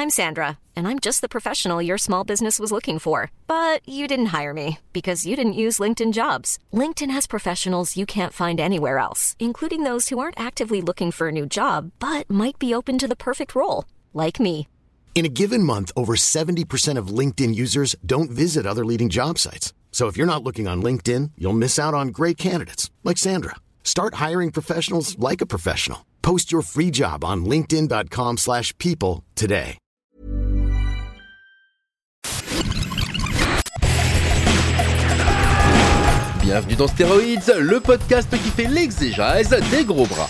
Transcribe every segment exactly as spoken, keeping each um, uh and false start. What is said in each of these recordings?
I'm Sandra, and I'm just the professional your small business was looking for. But you didn't hire me because you didn't use LinkedIn Jobs. LinkedIn has professionals you can't find anywhere else, including those who aren't actively looking for a new job, but might be open to the perfect role, like me. In a given month, over seventy percent of LinkedIn users don't visit other leading job sites. So if you're not looking on LinkedIn, you'll miss out on great candidates like Sandra. Start hiring professionals like a professional. Post your free job on linkedin.com slash people today. Bienvenue dans Stéroïdes, le podcast qui fait l'exégèse des gros bras.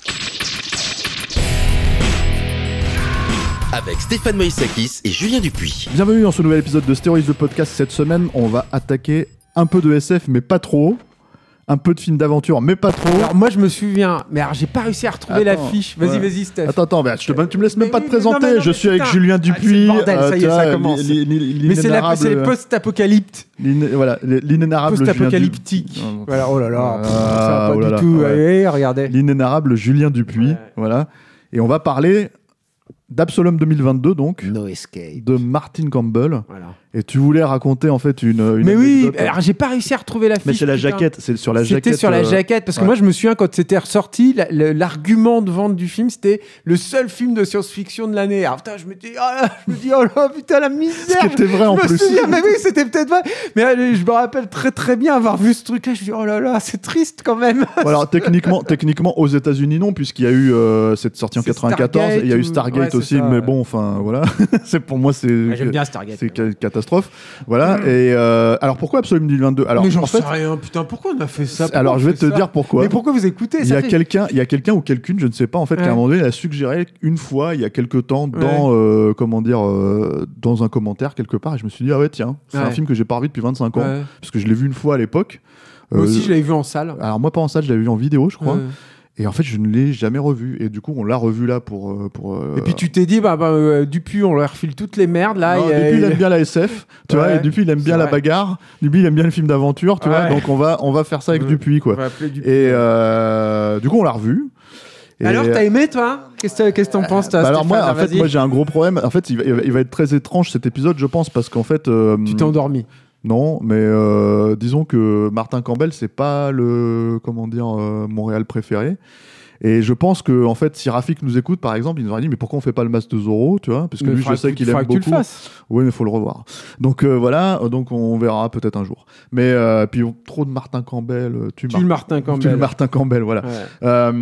Avec Stéphane Moïsakis et Julien Dupuis. Bienvenue dans ce nouvel épisode de Stéroïdes, le podcast. Cette semaine, on va attaquer un peu de S F, mais pas trop. Un peu de film d'aventure, mais pas trop. Alors moi je me souviens, mais alors j'ai pas réussi à retrouver attends, l'affiche. Vas-y, ouais. vas-y, Steph. Attends, attends, mais je te, tu me laisses même mais pas oui, te présenter. non, non, je suis putain. avec Julien Dupuis. Ah, c'est le bordel, ça y est, ça euh, commence. L- l- l- Mais c'est, la, c'est les l'inénarrable- post-apocalyptes. l'iné- Voilà, l'inénarrable Julien Post-apocalyptique. Dupuis. Voilà, oh là là, Ah, pff, ça va pas oh là du là, tout. ouais. Allez, regardez. L'inénarrable Julien Dupuis. Ouais. Voilà. Et on va parler d'Absolom deux mille vingt-deux, donc, No Escape. de Martin Campbell. Voilà. Et tu voulais raconter en fait une. une Mais oui, anecdote. alors j'ai pas réussi à retrouver l'affiche. Mais c'est la putain. jaquette, c'est sur la C'était jaquette. sur la euh, jaquette, parce que ouais. moi je me souviens quand c'était ressorti, la- le- l'argument de vente du film c'était le seul film de science-fiction de l'année. Alors putain, je me dis, oh là, je me dis, oh là, putain, la misère. Ce qui était vrai en je me plus. souviens, mais oui, c'était peut-être vrai. Mais allez, je me rappelle très très bien avoir vu ce truc-là. Je me dis, oh là là, c'est triste quand même. Bon, alors techniquement, techniquement aux États-Unis non, puisqu'il y a eu euh, cette sortie en C'est quatre-vingt-quatorze, Stargate et il y a eu ou- Stargate ouais, c'est aussi, ça, mais ouais. bon, enfin voilà, c'est pour moi c'est Ouais, j'aime bien Stargate. c'est ca- catastrophe, voilà. Mm. Et euh, alors pourquoi Absolom deux mille vingt-deux? Alors mais j'en en fait, sais rien, putain, pourquoi on a fait ça? c'est- alors je vais te dire pourquoi. Mais pourquoi vous écoutez? Il y Ça a fait- quelqu'un, il y a quelqu'un ou quelqu'une, je ne sais pas en fait, qui à un Ouais. moment donné a suggéré une fois, il y a quelque temps, dans Ouais. euh, comment dire, euh, dans un commentaire quelque part, et je me suis dit ah ouais tiens, c'est un Ouais. film que j'ai pas revu depuis vingt-cinq ans, Ouais. parce que je l'ai vu une fois à l'époque. Moi Euh, aussi, je l'avais vu en salle. Alors moi pas en salle, je l'avais vu en vidéo, je crois. Ouais. Et en fait, je ne l'ai jamais revu. Et du coup, on l'a revu là pour. euh, pour euh, Et puis tu t'es dit, bah, bah euh, Dupuis, on leur file toutes les merdes là. non, il y a- Dupuis, il aime bien la S F, tu Ouais, vois. Et Dupuis, il aime bien c'est la vrai. bagarre. Dupuis, il aime bien le film d'aventure, tu vois. Ouais. Donc, on va, on va faire ça avec Ouais. Dupuis, quoi. On va appeler Dupuis. Et euh, du coup, on l'a revu. Et- Alors, t'as aimé toi? Qu'est-ce que qu'est-ce que t'en penses toi, Bah alors moi, Stéphane? en fait, Vas-y. moi, j'ai un gros problème. En fait, il va, il va- il va être très étrange cet épisode, je pense, parce qu'en fait. euh, Tu t'es endormi. Non, mais euh, disons que Martin Campbell, c'est pas le comment dire euh, Montréal préféré. Et je pense que en fait, si Rafik nous écoute, par exemple, il nous aurait dit mais pourquoi on fait pas le masque de Zorro, tu vois, parce que Mais lui, je faudra sais que- qu'il faudra aime que tu le beaucoup. fasses. Oui, mais faut le revoir. Donc euh, voilà, donc on verra peut-être un jour. Mais euh, puis trop de Martin Campbell, euh, tu Tu le Martin Tu Campbell. le Martin Campbell, voilà. Ouais. Euh,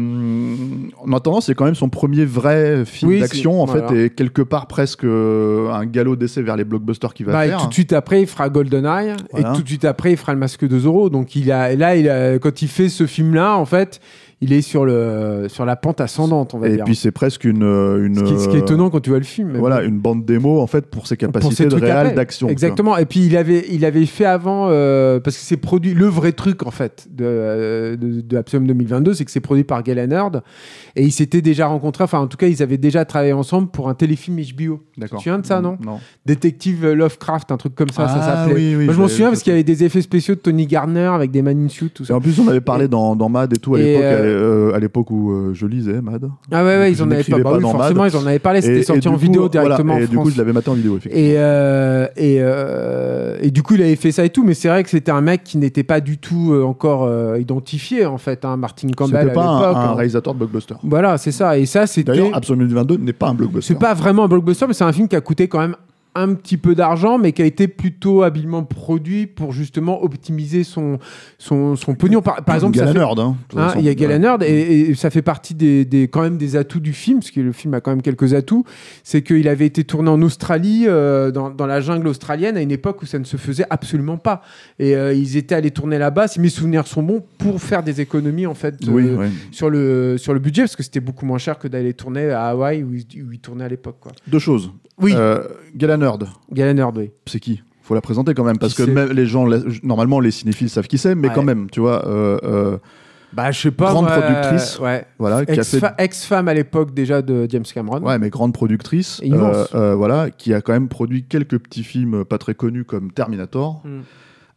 en attendant, c'est quand même son premier vrai film Oui, d'action, c'est- en voilà. fait, et quelque part presque euh, un galop d'essai vers les blockbusters qu'il va Bah, et faire. tout de suite après, il fera GoldenEye. Voilà. Et tout de suite après, il fera le Masque de Zorro. Donc il a, là, il a, quand il fait ce film-là, en fait, il est sur le, sur la pente ascendante, on va Et dire. puis c'est presque une, une ce, qui, ce qui est étonnant quand tu vois le film. mais voilà, bon. une bande démo en fait pour ses Pour capacités ces de trucs réal après. d'action. tu vois. Exactement. Et puis il avait, il avait fait avant, euh, parce que c'est produit, le vrai truc en fait de, euh, de, de Absolom deux mille vingt-deux, c'est que c'est produit par Gale&Hurd. Et ils s'étaient déjà rencontrés, enfin en tout cas ils avaient déjà travaillé ensemble pour un téléfilm H B O. Tu te D'accord. souviens de ça, non? Non. Détective Lovecraft, un truc comme ça, ça Ah, s'appelait. oui, oui, Moi je m'en j'ai- souviens parce qu'il y avait des effets spéciaux de Tony Gardner avec des man in suit, tout Et ça. en plus, on avait parlé Et- dans, dans Mad et tout à et, l'époque, euh, euh, à l'époque où euh, je lisais Mad. Ah ouais, ouais, Je ils en avaient n'écrivais pas, pas bah oui, dans forcément, Mad. ils en avaient parlé, c'était Et- sorti et du en coup, vidéo voilà, directement en et du coup, France. je l'avais maté en vidéo, effectivement. Et, euh, et, euh, et du coup, il avait fait ça et tout, mais c'est vrai que c'était un mec qui n'était pas du tout euh, encore euh, identifié, en fait, hein, Martin Campbell C'était à pas un, l'époque. un hein. réalisateur de blockbuster. Voilà, c'est ça. Et ça, c'était. D'ailleurs, Absolom deux mille vingt-deux n'est pas un blockbuster. C'est pas vraiment un blockbuster, mais c'est un film qui a coûté quand même un petit peu d'argent, mais qui a été plutôt habilement produit pour justement optimiser son, son, son pognon. Par, par exemple, ça fait- Gale&Hurd, hein, de toute Hein, façon. il y a Ouais. Gale&Hurd et, et ça fait partie des, des, quand même des atouts du film, parce que le film a quand même quelques atouts. C'est qu'il avait été tourné en Australie, euh, dans, dans la jungle australienne, à une époque où ça ne se faisait absolument pas. Et euh, ils étaient allés tourner là-bas, si mes souvenirs sont bons, pour faire des économies en fait euh, Oui, ouais. sur, le, sur le budget, parce que c'était beaucoup moins cher que d'aller tourner à Hawaï où ils, où ils tournaient à l'époque. Quoi. Deux choses. Oui, Euh, Gale&Hurd, Gale&Hurd, oui. c'est qui? Faut la présenter quand même, parce Qui que c'est même les gens, la- normalement les cinéphiles savent qui c'est, mais Ouais. quand même, tu vois, euh, euh, Bah, je sais pas. Grande moi, productrice. Ouais. voilà, qui a fait Ex-fa- Ex-femme à l'époque déjà de James Cameron. Ouais, mais grande productrice, Immense. euh, euh, voilà, qui a quand même produit quelques petits films pas très connus comme Terminator, Mm.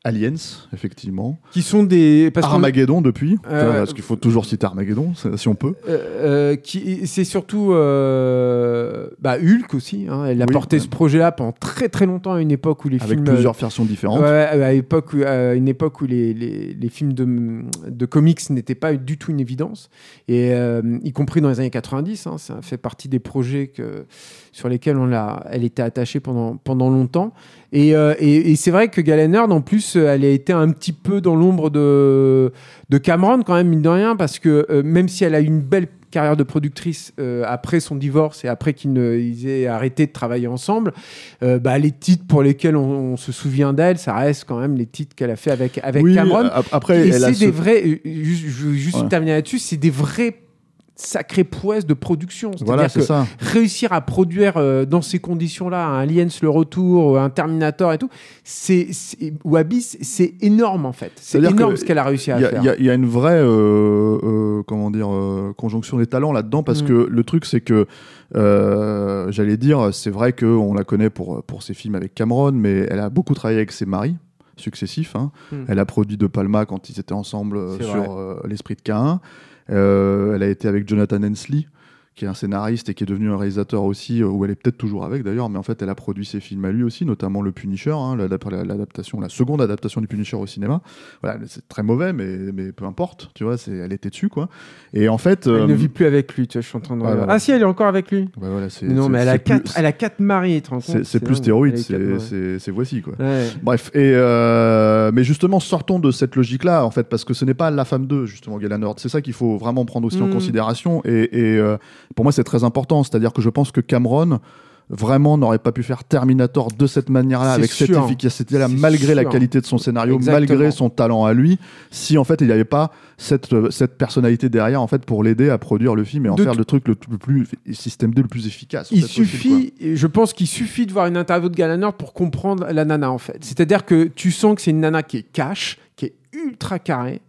Aliens, effectivement. Qui sont des... Parce Armageddon depuis, euh, parce qu'il faut toujours citer Armageddon, si on peut. Euh, euh, qui, c'est surtout euh, bah, Hulk aussi. Hein. Elle a oui, porté ouais. ce projet-là pendant très très longtemps, à une époque où les Avec films... Avec plusieurs euh, versions différentes. Ouais, à, époque où, à une époque où les, les, les films de, de comics n'étaient pas du tout une évidence. Et euh, y compris dans les années quatre-vingt-dix, hein, ça fait partie des projets que, sur lesquels on l'a, elle était attachée pendant, pendant longtemps. Et, euh, et, et c'est vrai que Gal Ennard, en plus, elle a été un petit peu dans l'ombre de, de Cameron, quand même, mine de rien, parce que euh, même si elle a eu une belle carrière de productrice euh, après son divorce et après qu'ils ne, ils aient arrêté de travailler ensemble, euh, bah, les titres pour lesquels on, on se souvient d'elle, ça reste quand même les titres qu'elle a fait avec, avec oui, Cameron. Après, et elle c'est a des ce... vrais... Juste, je veux juste ouais. terminer là-dessus, c'est des vrais sacrée prouesse de production. C'est-à-dire voilà, que c'est ça. réussir à produire euh, dans ces conditions-là un Aliens le retour, un Terminator et tout, c'est, c'est, ou Abyss, c'est énorme en fait. C'est C'est-à-dire énorme ce qu'elle a réussi à y a, faire. Il y, y a une vraie euh, euh, comment dire, euh, conjonction des talents là-dedans parce mmh. que le truc c'est que euh, j'allais dire, c'est vrai qu'on la connaît pour, pour ses films avec Cameron, mais elle a beaucoup travaillé avec ses maris successifs. Hein. Mmh. Elle a produit De Palma quand ils étaient ensemble c'est sur euh, L'Esprit de Caïn. Euh, elle a été avec Jonathan Hensleigh, qui est un scénariste et qui est devenu un réalisateur aussi, où elle est peut-être toujours avec d'ailleurs, mais en fait elle a produit ses films à lui aussi, notamment Le Punisher, hein, l'adaptation, la seconde adaptation du Punisher au cinéma. Voilà, c'est très mauvais, mais, mais peu importe, tu vois, c'est, elle était dessus quoi. Et en fait, elle euh, ne vit plus avec lui, tu vois, je suis en train de regarder. Ah, ah si, elle est encore avec lui. Bah, voilà, c'est, non, c'est, mais elle a, quatre, plus, elle a quatre maris, tu te rends compte. C'est, c'est plus stéroïde, c'est, c'est, c'est, c'est voici quoi. Ouais. Bref, et euh, mais justement, sortons de cette logique-là en fait, parce que ce n'est pas la femme d'eux justement, Gal Ennard. C'est ça qu'il faut vraiment prendre aussi mmh. en considération. Et, et euh, pour moi, c'est très important. C'est-à-dire que je pense que Cameron vraiment n'aurait pas pu faire Terminator de cette manière-là, c'est avec sûr. cette efficacité-là, c'est malgré sûr. la qualité de son scénario, Exactement. malgré son talent à lui, si en fait il n'y avait pas cette, cette personnalité derrière en fait pour l'aider à produire le film et en de faire t- le truc le, le plus système deux le plus efficace. Il suffit, possible, je pense qu'il suffit de voir une interview de Gal Ennard pour comprendre la nana en fait. C'est-à-dire que tu sens que c'est une nana qui est cash, qui est ultra carrée.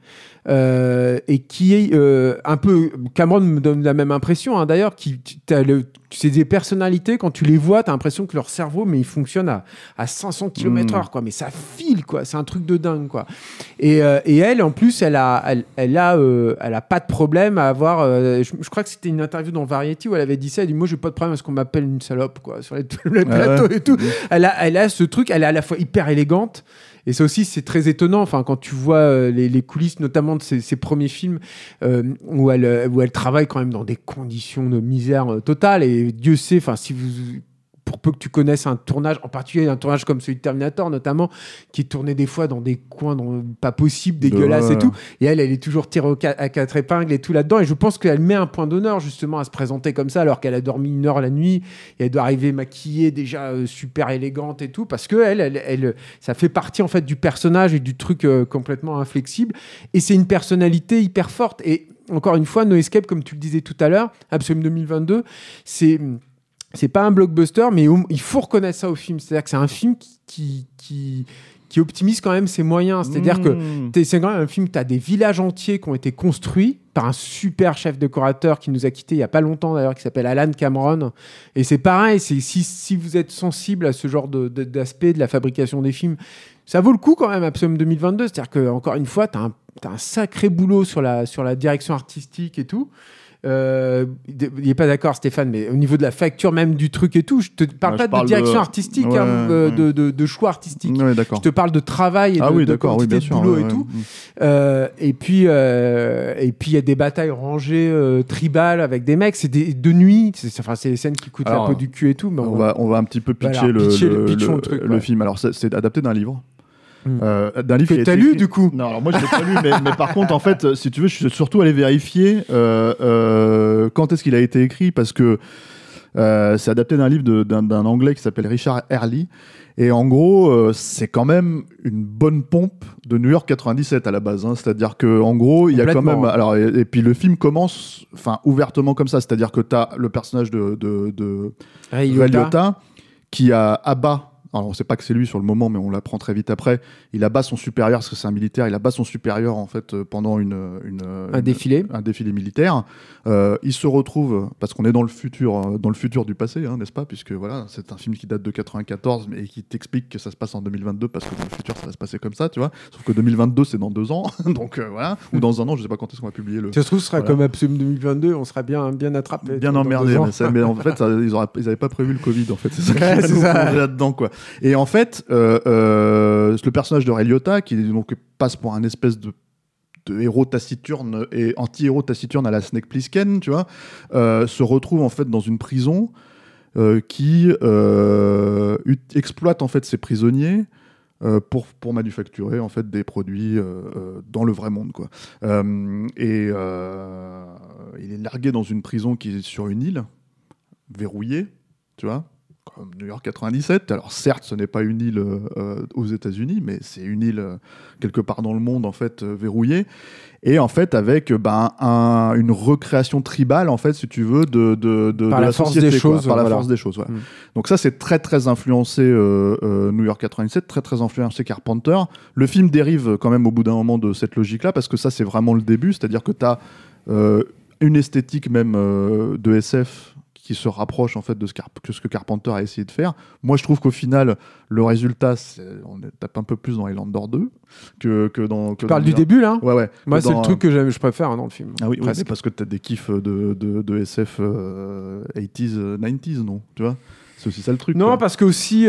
Euh, et qui est euh, un peu... Cameron me donne la même impression, hein, d'ailleurs, qui, t'as le, c'est des personnalités, quand tu les vois, t'as l'impression que leur cerveau, mais il fonctionne à, à cinq cents kilomètres heure, quoi, mais ça file, quoi, c'est un truc de dingue, quoi. Et, euh, et elle, en plus, elle a, elle, elle a, euh, elle a pas de problème à avoir... Euh, je, je crois que c'était une interview dans Variety où elle avait dit ça, elle dit, moi, j'ai pas de problème à ce qu'on m'appelle une salope, quoi, sur les, les plateaux ouais. et tout. Elle a, elle a ce truc, elle est à la fois hyper élégante, et ça aussi, c'est très étonnant. Enfin, quand tu vois euh, les, les coulisses, notamment de ses, ses premiers films, euh, où, elle, où elle travaille quand même dans des conditions de misère euh, totale. Et Dieu sait, enfin, si vous... pour peu que tu connaisses un tournage, en particulier un tournage comme celui de Terminator notamment, qui est tourné des fois dans des coins dans, pas possibles, dégueulasses ouais. et tout, et elle, elle est toujours tirée au ca- à quatre épingles et tout là-dedans, et je pense qu'elle met un point d'honneur justement à se présenter comme ça, alors qu'elle a dormi une heure la nuit, et elle doit arriver maquillée, déjà euh, super élégante et tout, parce que elle, elle, elle, ça fait partie en fait du personnage et du truc euh, complètement inflexible, et c'est une personnalité hyper forte, et encore une fois, No Escape, comme tu le disais tout à l'heure, Absolument deux mille vingt-deux, c'est... C'est pas un blockbuster, mais il faut reconnaître ça au film. C'est-à-dire que c'est un film qui, qui, qui, qui optimise quand même ses moyens. C'est-à-dire mmh. que c'est quand même un film où tu as des villages entiers qui ont été construits par un super chef décorateur qui nous a quittés il y a pas longtemps d'ailleurs, qui s'appelle Alan Cameron. Et c'est pareil, c'est, si, si vous êtes sensible à ce genre de, de, d'aspect de la fabrication des films, ça vaut le coup quand même, Absolument deux mille vingt-deux. C'est-à-dire qu'encore une fois, tu as un, t'as un sacré boulot sur la, sur la direction artistique et tout. Euh, il n'est pas d'accord Stéphane, mais au niveau de la facture même du truc et tout, je te parle ouais, pas je de parle direction de... artistique, ouais, hein, ouais. De, de, de choix artistique. Ouais, je te parle de travail et de, ah oui, de quantité oui, de sûr, boulot ouais, et ouais, tout. ouais. Euh, et puis euh, et puis il y a des batailles rangées euh, tribales avec des mecs. C'est des, de nuit. C'est, enfin, c'est des scènes qui coûtent Alors, la peau du cul et tout. Mais on, on va on va un petit peu pitcher, voilà, le, pitcher, le, le, le, truc, le film. Alors c'est, c'est adapté d'un livre. Mmh. Euh, d'un livre que t'as lu écrit... du coup. Non, alors moi je l'ai pas lu, mais, mais par contre en fait, si tu veux, je suis surtout allé vérifier euh, euh, quand est-ce qu'il a été écrit, parce que euh, c'est adapté d'un livre de, d'un, d'un Anglais qui s'appelle Richard Hurley, et en gros euh, c'est quand même une bonne pompe de New York quatre-vingt-dix-sept à la base, hein. C'est-à-dire que en gros il y a quand même, alors et, et puis le film commence, enfin ouvertement comme ça, c'est-à-dire que t'as le personnage de, de, de Ray Liotta qui a abat alors on sait pas que c'est lui sur le moment, mais on l'apprend très vite après, il abat son supérieur, parce que c'est un militaire, il abat son supérieur en fait euh, pendant une, une, un une, défilé, un défilé militaire. Euh, il se retrouve, parce qu'on est dans le futur, euh, dans le futur du passé, hein, n'est-ce pas, puisque voilà, c'est un film qui date de quatre-vingt-quatorze, mais qui t'explique que ça se passe en deux mille vingt-deux, parce que dans le futur ça va se passer comme ça, tu vois. Sauf que deux mille vingt-deux c'est dans deux ans, donc euh, voilà, ou dans un an, je sais pas quand est-ce qu'on va publier le. Ça se trouve, ce sera voilà. comme Absolument deux mille vingt-deux, on sera bien, bien attrapé. Bien emmerdé, mais, ça, mais en fait, ça, ils n'avaient pas prévu le Covid, en fait, c'est ça ouais, qui est là-dedans, quoi. Et en fait, euh, euh, le personnage de Ray Liotta, qui donc passe pour un espèce de de héros taciturne et anti-héros taciturne à la Snake Plissken, tu vois, euh, se retrouve en fait dans une prison euh, qui euh, ut- exploite en fait ses prisonniers euh, pour pour manufacturer en fait des produits euh, euh, dans le vrai monde, quoi. Euh, et euh, il est largué dans une prison qui est sur une île verrouillée, tu vois. Comme New York quatre-vingt-dix-sept. Alors certes, ce n'est pas une île euh, aux États-Unis, mais c'est une île euh, quelque part dans le monde en fait euh, verrouillée. Et en fait, avec ben un, une recréation tribale en fait, si tu veux, de de, de, par de la, la force société, des quoi, choses, par la voilà. force des choses. Ouais. Mm. Donc ça, c'est très très influencé euh, euh, New York quatre-vingt-dix-sept, très très influencé Carpenter. Le film dérive quand même au bout d'un moment de cette logique-là, parce que ça, c'est vraiment le début, c'est-à-dire que tu as euh, une esthétique même euh, de S F qui se rapproche en fait de ce, Car- que ce que Carpenter a essayé de faire. Moi, je trouve qu'au final, le résultat, c'est, on tape un peu plus dans Highlander deux que, que dans... Que Tu parles dans du début, là ? Ouais, ouais. Moi, Que c'est dans, le truc que j'aime, je préfère hein, dans le film. Ah oui, oui, presque. mais parce que t'as des kiffs de, de, de S F euh, eighties, nineties, non ? Tu vois ? C'est aussi ça le truc. Non, quoi. parce que aussi...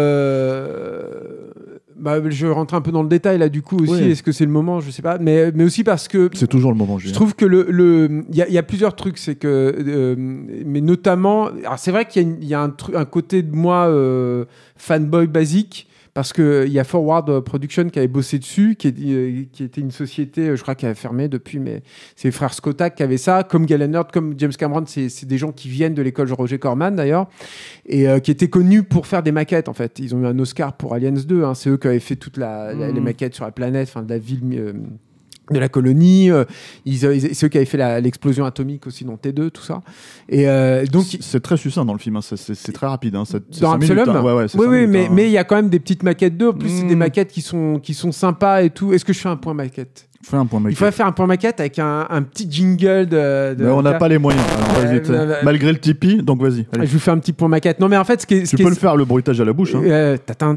Euh... Bah, je rentre un peu dans le détail, là, du coup, aussi. Oui. Est-ce que c'est le moment ? Je sais pas. Mais, mais aussi parce que... C'est toujours le moment, Je Julien. trouve que le, le, il y a, il y a plusieurs trucs, c'est que, euh, mais notamment, alors c'est vrai qu'il y a, une, il y a un, tru, un côté de moi euh, fanboy basique. Parce qu'il y a Forward Production qui avait bossé dessus, qui, est, euh, qui était une société, je crois, qui avait fermé depuis, mais c'est les frères Skotak qui avaient ça, comme Gyllenhaal, comme James Cameron, c'est, c'est des gens qui viennent de l'école Roger Corman d'ailleurs, et euh, qui étaient connus pour faire des maquettes en fait. Ils ont eu un Oscar pour Aliens deux, hein. C'est eux qui avaient fait toutes la, la, mmh. les maquettes sur la planète, enfin de la ville... Euh, de la colonie, euh, ils, ils, c'est eux qui avaient fait la, l'explosion atomique aussi dans T deux, tout ça. Et euh, donc c'est, c'est très succinct dans le film, hein. c'est, c'est, c'est très rapide. Hein. C'est, c'est dans Absolum, hein. ouais, ouais, c'est oui, oui, minutes, mais hein. mais il y a quand même des petites maquettes d'eux. En plus, mmh. c'est des maquettes qui sont qui sont sympas et tout. Est-ce que je fais un point maquette ? Fais un point maquette. Il faudrait faire un point maquette avec un, un petit jingle de. de mais on n'a pas les moyens. Alors, vas-y, euh, euh, malgré le Tipeee, donc vas-y. Allez. Je vous fais un petit point maquette. Non, mais en fait, ce qui est, ce tu qui peux est... le faire le bruitage à la bouche. Hein. Euh,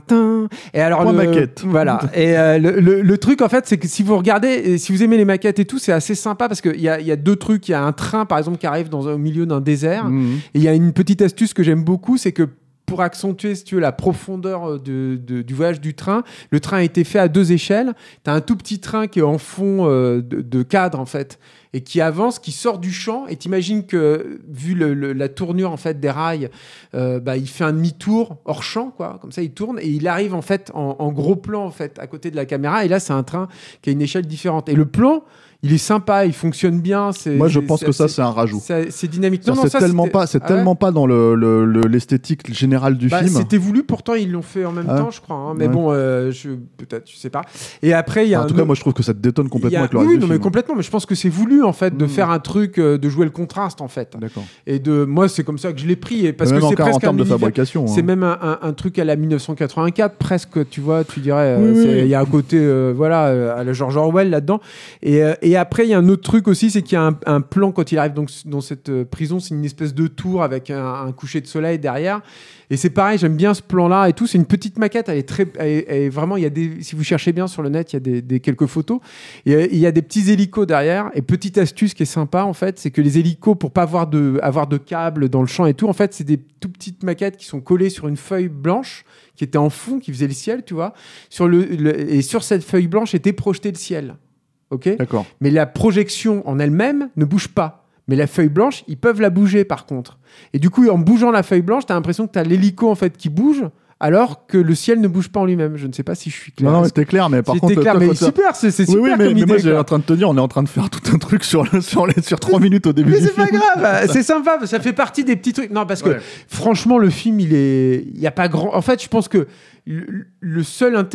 et alors point le... maquette. Voilà. Et euh, le, le, le truc, en fait, c'est que si vous regardez, et si vous aimez les maquettes et tout, c'est assez sympa parce qu'il y a, y a deux trucs. Il y a un train, par exemple, qui arrive dans, au milieu d'un désert. Mmh. Et il y a une petite astuce que j'aime beaucoup, c'est que pour accentuer, si tu veux, la profondeur de, de, du voyage du train, le train a été fait à deux échelles. Tu as un tout petit train qui est en fond euh, de, de cadre, en fait, et qui avance, qui sort du champ. Et t'imagines que, vu le, le, la tournure en fait, des rails, euh, bah, il fait un demi-tour hors champ, quoi. Comme ça, il tourne et il arrive en, fait, en, en gros plan en fait, à côté de la caméra. Et là, c'est un train qui a une échelle différente. Et le plan... il est sympa, il fonctionne bien. C'est, Moi, je c'est, pense c'est, que ça, c'est, c'est un rajout. C'est, c'est dynamique. Non, non, non, c'est ça, tellement c'était... pas, c'est ah tellement ouais pas dans le, le, le, l'esthétique générale du bah, film. C'était voulu, pourtant ils l'ont fait en même ah. temps, je crois. Hein. Mais ouais. bon, euh, je, peut-être, je sais pas. Et après, il y a en un tout cas, moi, je trouve que ça te détonne complètement a... avec le oui, reste oui, du non, film. mais complètement. Mais je pense que c'est voulu en fait de mmh. faire un truc, euh, de jouer le contraste en fait. D'accord. Et de, moi, c'est comme ça que je l'ai pris, et parce même que c'est presque en termes un de univers... fabrication. C'est hein. même un, un, un truc à la dix-neuf cent quatre-vingt-quatre, presque. Tu vois, tu dirais. Il euh, oui, oui. y a un côté, euh, voilà, euh, à la George Orwell là-dedans. Et, euh, et après, il y a un autre truc aussi, c'est qu'il y a un, un plan quand il arrive donc dans cette euh, prison, c'est une espèce de tour avec un, un coucher de soleil derrière. Et c'est pareil, j'aime bien ce plan-là et tout. C'est une petite maquette, elle est très, elle est, elle est vraiment. Il y a des, si vous cherchez bien sur le net, il y a des, des quelques photos. Et il y a des petits hélicos derrière. Et petite astuce qui est sympa en fait, c'est que les hélicos, pour pas avoir de, avoir de câbles dans le champ et tout, en fait, c'est des tout petites maquettes qui sont collées sur une feuille blanche qui était en fond, qui faisait le ciel, tu vois. Sur le, le et sur cette feuille blanche était projeté le ciel. Ok. D'accord. Mais la projection en elle-même ne bouge pas. Mais la feuille blanche, ils peuvent la bouger par contre. Et du coup, en bougeant la feuille blanche, tu as l'impression que tu as l'hélico en fait, qui bouge, alors que le ciel ne bouge pas en lui-même. Je ne sais pas si je suis clair. Non, non, mais t'es clair, mais par contre... clair, toi, mais ça... super, c'est, c'est super oui, oui, mais, comme mais idée. moi, j'ai quoi. en train de te dire, on est en train de faire tout un truc sur, le, sur, les, sur trois minutes au début mais du film. Mais c'est pas grave, c'est sympa, ça fait partie des petits trucs. Non, parce que ouais. franchement, le film, il est... Il y a pas grand... En fait, je pense que le, le seul intérêt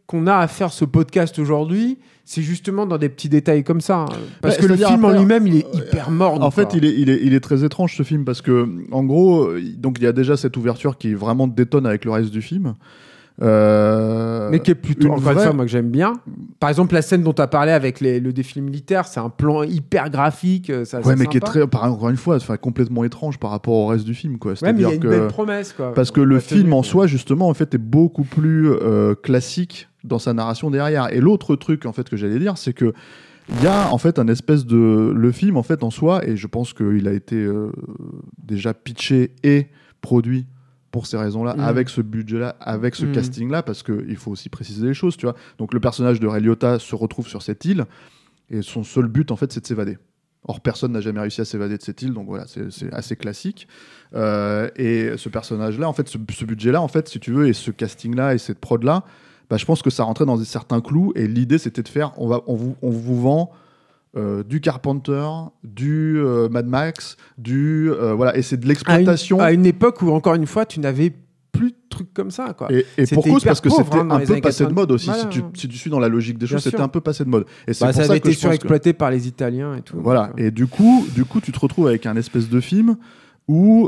qu'on a à faire ce podcast aujourd'hui, c'est justement dans des petits détails comme ça. Hein. Parce bah, que le film après, en lui-même, il est hyper morne. En quoi. fait, il est, il, est, il est très étrange ce film parce que, en gros, donc il y a déjà cette ouverture qui vraiment détonne avec le reste du film. Euh, mais qui est plutôt, encore vraie... une fois, moi que j'aime bien. Par exemple, la scène dont tu as parlé avec les, le défilé militaire, c'est un plan hyper graphique. Ça, ouais, mais sympa. Qui est très, par, encore une fois, enfin, complètement étrange par rapport au reste du film. Quoi. Ouais, mais il y a une que, belle promesse. Quoi. Parce que le film en soi, justement, en fait, est beaucoup plus euh, classique dans sa narration derrière. Et l'autre truc, en fait, que j'allais dire, c'est que il y a en fait un espèce de le film en fait en soi, et je pense qu'il a été euh, déjà pitché et produit pour ces raisons-là, mmh. avec ce budget-là, avec ce mmh. casting-là, parce qu'il faut aussi préciser les choses, tu vois. Donc le personnage de Ray Liotta se retrouve sur cette île, et son seul but, en fait, c'est de s'évader. Or, personne n'a jamais réussi à s'évader de cette île, donc voilà, c'est, c'est assez classique. Euh, et ce personnage-là, en fait, ce, ce budget-là, en fait, si tu veux, et ce casting-là, et cette prod-là, bah, je pense que ça rentrait dans certains clous, et l'idée, c'était de faire, on, va, on, vous, on vous vend... Euh, du Carpenter, du euh, Mad Max, du euh, voilà, et c'est de l'exploitation. À une, à une époque où encore une fois, tu n'avais plus de trucs comme ça, quoi. Et, et pour cause parce que pauvre, c'était hein, un peu passé quatre-vingts de mode aussi. voilà. Si, tu, si tu suis dans la logique des Bien choses, sûr. c'était un peu passé de mode. Et c'est bah, pour ça ça avait que été je pense surexploité que... par les Italiens et tout. Voilà. Donc, et du coup, du coup, tu te retrouves avec un espèce de film où,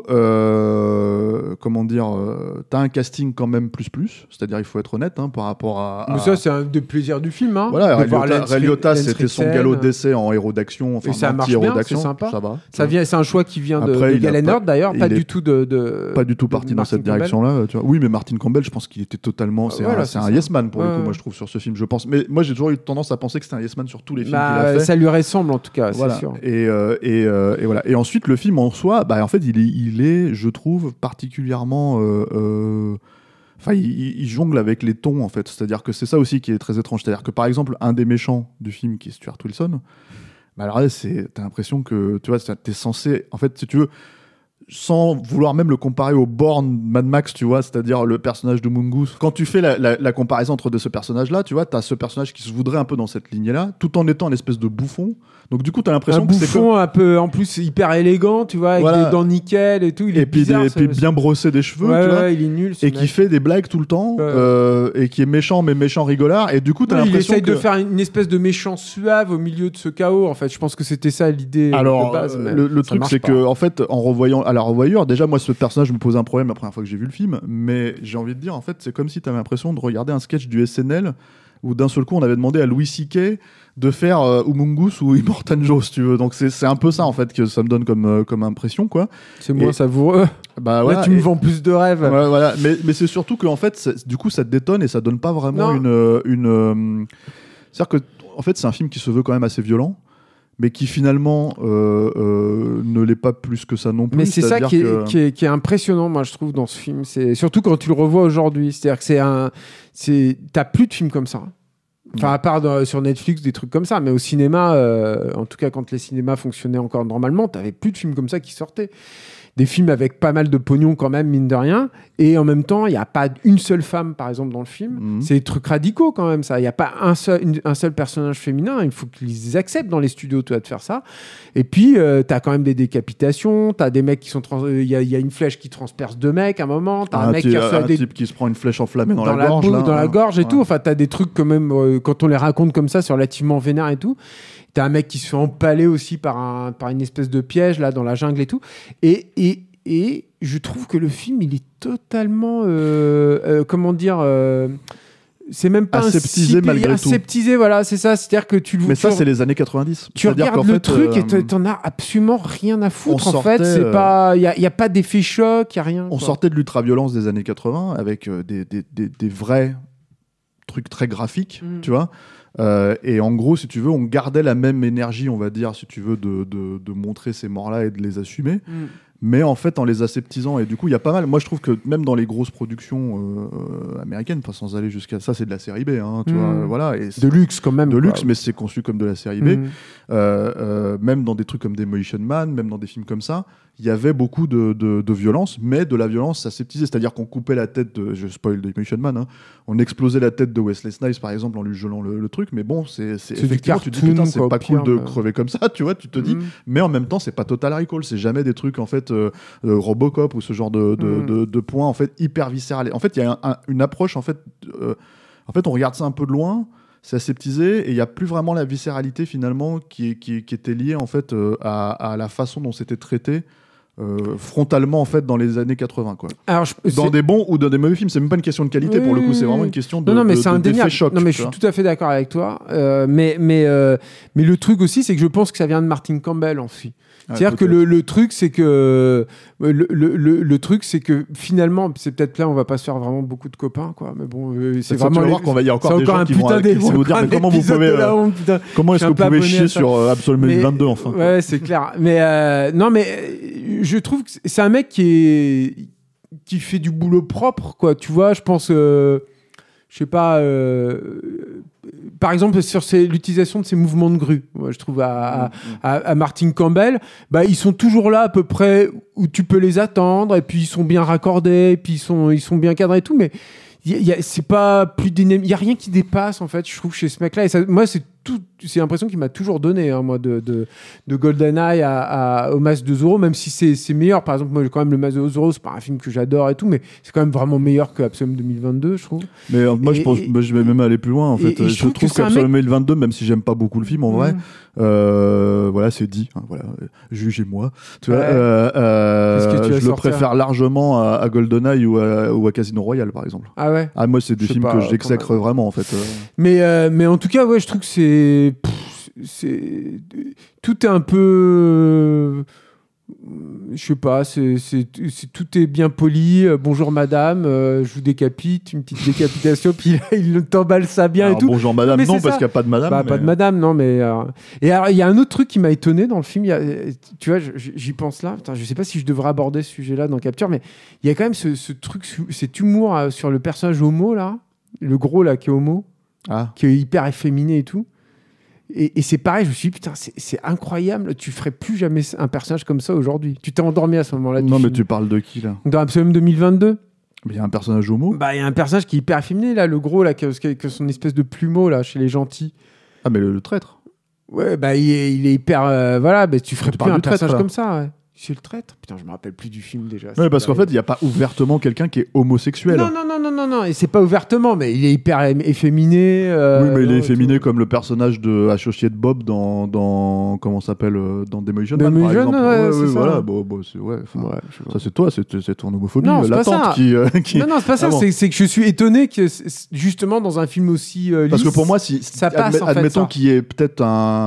euh, comment dire, euh, t'as un casting quand même plus plus, c'est-à-dire il faut être honnête hein, par rapport à, à... Mais ça c'est un des plaisirs du film. Hein, voilà, Ray Liotta, c'était son galop d'essai en héros d'action, enfin et ça un marche petit héros bien, d'action, c'est sympa. Ça va. Ça vient, c'est un choix qui vient de, Après, de Galen Hurd d'ailleurs, pas du tout de, de pas du tout parti dans cette direction-là. Tu vois. Oui, mais Martin Campbell, je pense qu'il était totalement, c'est voilà, un, c'est un yes man pour le coup, moi je trouve sur ce film, je pense. Mais moi j'ai toujours eu tendance à penser que c'était un yes man sur tous les films qu'il a fait. Ça lui ressemble en tout cas, voilà. c'est sûr. Et et et voilà. Et ensuite le film en soi, bah en fait il est il est je trouve particulièrement euh, euh, enfin il, il jongle avec les tons en fait, c'est-à-dire que c'est ça aussi qui est très étrange, c'est-à-dire que par exemple un des méchants du film qui est Stuart Wilson, bah alors là c'est t'as l'impression que tu vois t'es censé en fait si tu veux sans vouloir même le comparer au Bourne Mad Max, tu vois, c'est-à-dire le personnage de Mungus. Quand tu fais la, la, la comparaison entre de ce personnage-là, tu vois, t'as ce personnage qui se voudrait un peu dans cette lignée-là, tout en étant une espèce de bouffon. Donc du coup, t'as l'impression un que c'est c'est bouffon comme... un peu, en plus hyper élégant, tu vois, avec voilà. des dents nickel et tout. Il est et puis, bizarre, des, et puis bien brossé des cheveux, ouais, tu vois. Ouais, il est nul. Et qui fait des blagues tout le temps, ouais. euh, et qui est méchant mais méchant rigolard. Et du coup, t'as ouais, l'impression il essaye que... de faire une espèce de méchant suave au milieu de ce chaos. En fait, je pense que c'était ça l'idée Alors, de base. Euh, le, le truc, c'est pas. que en fait, en revoyant à la revoyure, déjà moi, ce personnage me posait un problème la première fois que j'ai vu le film, mais j'ai envie de dire, en fait, c'est comme si t'avais l'impression de regarder un sketch du S N L où d'un seul coup on avait demandé à Louis C K de faire euh, Humungus ou Immortan Joe, si tu veux. Donc c'est, c'est un peu ça en fait que ça me donne comme, euh, comme impression, quoi. C'est moins et, savoureux. Bah ouais, là tu et, me vends plus de rêves. Ouais, voilà. Mais, mais c'est surtout qu'en fait, du coup, ça te détonne et ça donne pas vraiment non. une. une euh... C'est-à-dire que en fait, c'est un film qui se veut quand même assez violent, mais qui finalement euh, euh, ne l'est pas plus que ça non plus. Mais c'est ça qui est, que... qui, est, qui est impressionnant, moi, je trouve, dans ce film. C'est... Surtout quand tu le revois aujourd'hui. C'est-à-dire que c'est un... c'est... t'as plus de films comme ça. Enfin, à part dans, sur Netflix, des trucs comme ça. Mais au cinéma, euh, en tout cas, quand les cinémas fonctionnaient encore normalement, t'avais plus de films comme ça qui sortaient. Des films avec pas mal de pognon quand même, mine de rien. Et en même temps, il n'y a pas une seule femme, par exemple, dans le film. Mmh. C'est des trucs radicaux quand même, ça. Il n'y a pas un seul, une, un seul personnage féminin. Il faut qu'ils acceptent dans les studios, toi, de faire ça. Et puis, euh, tu as quand même des décapitations. Tu as des mecs qui sont... Il trans... y, a, y a une flèche qui transperce deux mecs à un moment. Tu as un, un mec type, qui reçoit un des... type qui se prend une flèche enflammée dans, dans la, la gorge. Boue, là, dans hein. la gorge et ouais. tout. Enfin, tu as des trucs quand même, euh, quand on les raconte comme ça, c'est relativement vénère et tout. Tu as un mec qui se fait empaler aussi par, un, par une espèce de piège là, dans la jungle et tout. Et... et Et je trouve que le film, il est totalement, euh, euh, comment dire, euh, c'est même pas aseptisé malgré aseptisé, tout. Aseptisé, voilà, c'est ça. C'est-à-dire que tu. Mais tu ça, re... c'est les années quatre-vingt-dix. Tu C'est-à-dire regardes qu'en le fait, truc euh, et t'en as absolument rien à foutre. En sortait, fait, c'est euh... pas, il y a, y a pas d'effet choc, il y a rien. On quoi. sortait de l'ultra-violence des années quatre-vingts avec euh, des, des, des, des vrais trucs très graphiques, mm. tu vois. Euh, et en gros, si tu veux, on gardait la même énergie, on va dire, si tu veux, de, de, de montrer ces morts-là et de les assumer. Mm. Mais en fait, en les aseptisant, et du coup, il y a pas mal. Moi, je trouve que même dans les grosses productions euh, américaines, sans aller jusqu'à ça, c'est de la série B, hein, tu mmh. vois, voilà. Et de luxe quand même. De quoi. luxe, mais c'est conçu comme de la série B. Mmh. Euh, euh, même dans des trucs comme Demolition Man, même dans des films comme ça, il y avait beaucoup de, de, de violence, mais de la violence aseptisée. C'est-à-dire qu'on coupait la tête de, je spoil Demolition Man, hein, on explosait la tête de Wesley Snipes, par exemple, en lui gelant le, le truc. Mais bon, c'est, c'est, c'est effectivement, cartoon, tu te dis, putain, c'est quoi, pas pire, cool de mais... crever comme ça, tu vois, tu te dis. Mmh. Mais en même temps, c'est pas Total Recall, c'est jamais des trucs, en fait, euh, euh, Robocop ou ce genre de, de, mmh. de, de points, en fait, hyper viscéral. En fait, il y a un, un, une approche, en fait. Euh, en fait, on regarde ça un peu de loin, c'est aseptisé, et il n'y a plus vraiment la viscéralité finalement qui, qui, qui était liée en fait euh, à, à la façon dont c'était traité. Euh, frontalement en fait dans les années quatre-vingts quoi. Alors, je, dans c'est... des bons ou dans des mauvais films, c'est même pas une question de qualité oui, pour le coup, c'est vraiment une question de, non, non, mais de, c'est de, indéniable. choc. Non mais je suis tout à fait d'accord avec toi, euh, mais mais euh, mais le truc aussi c'est que je pense que ça vient de Martin Campbell aussi. C'est-à-dire ah, que le, le truc, c'est que le, le, le, le truc, c'est que finalement, c'est peut-être là, on va pas se faire vraiment beaucoup de copains, quoi. Mais bon, euh, c'est, c'est vraiment. Les... qu'on va y a encore des gens qui vont, qui vont vous dire, mais comment vous pouvez, euh, honte, comment est-ce que vous pouvez chier sur euh, Absolument mille vingt-deux enfin. Ouais, quoi. C'est clair. Mais euh, non, mais je trouve que c'est un mec qui est qui fait du boulot propre, quoi. Tu vois, je pense. Euh, je sais pas, euh, par exemple sur ces, l'utilisation de ces mouvements de grue, moi, je trouve à, à, à, à Martin Campbell, bah, ils sont toujours là à peu près où tu peux les attendre, et puis ils sont bien raccordés, et puis ils sont, ils sont bien cadrés et tout, mais y a, y a, c'est pas plus dynamique, il n'y a rien qui dépasse en fait, je trouve, chez ce mec-là, et ça, moi c'est tout, c'est l'impression qu'il m'a toujours donné, hein, moi, de, de, de GoldenEye à, à, au Masque de Zorro, même si c'est, c'est meilleur. Par exemple, moi, quand même, le Masque de Zorro, c'est pas un film que j'adore et tout, mais c'est quand même vraiment meilleur que Absolument deux mille vingt-deux, je trouve. Mais euh, moi, et, je pense, et, moi, je vais même aller plus loin, en fait. Et, et je, je trouve, trouve qu'Absolument mec... deux mille vingt-deux, même si j'aime pas beaucoup le film, en mmh. vrai, euh, voilà, c'est dit. Hein, voilà, jugez-moi. Tu ouais. vois, euh, euh, tu je le préfère largement à, à GoldenEye ou à, ou à Casino Royale, par exemple. Ah ouais. Ah, moi, c'est des films pas, que j'exècre vraiment, en fait. Mais, euh, mais en tout cas, ouais, je trouve que c'est Pff, c'est tout est un peu je sais pas c'est, c'est, c'est tout est bien poli, euh, bonjour madame, euh, je vous décapite, une petite décapitation puis là, il t'emballe ça bien. Alors, et tout bonjour madame, non, non parce ça. qu'il n'y a pas de madame bah, mais... pas de madame, non, mais euh... et alors il y a un autre truc qui m'a étonné dans le film, il y a, tu vois, j'y pense là. Putain, je sais pas si je devrais aborder ce sujet là dans Capture, mais il y a quand même ce, ce truc, cet humour euh, sur le personnage homo là, le gros là qui est homo, ah. qui est hyper efféminé et tout. Et, et c'est pareil, je me suis dit, putain, c'est, c'est incroyable, tu ferais plus jamais un personnage comme ça aujourd'hui. Tu t'es endormi à ce moment-là. Non, mais film. Tu parles de qui, là ? Dans Absolument deux mille vingt-deux. Mais il y a un personnage homo ? Bah, il y a un personnage qui est hyper efféminé, là, le gros, là, qui a son espèce de plumeau, là, chez les gentils. Ah, mais le, le traître ? Ouais, bah, il est, il est hyper. Euh, voilà, bah, tu ferais tu plus un personnage traître, comme ça, ouais. C'est le traître. Putain, je me rappelle plus du film déjà. Oui, parce qu'en fait, il n'y a pas ouvertement quelqu'un qui est homosexuel. Non, non, non, non, non, non. Et c'est pas ouvertement, mais il est hyper efféminé. Euh, oui, mais il est efféminé tout. comme le personnage de Associé de Bob dans, dans comment ça s'appelle dans Demolition Man, par exemple. Ouais, ouais, c'est ouais, ça. Voilà, bon, bon, c'est ouais. ouais ça, c'est toi, c'est, c'est ton homophobie non, c'est latente qui, euh, qui. Non, non, c'est pas ça. C'est, c'est que je suis étonné que justement dans un film aussi euh, lisse, parce que pour moi, si ça passe, admet, en fait, admettons ça. qu'il y ait peut-être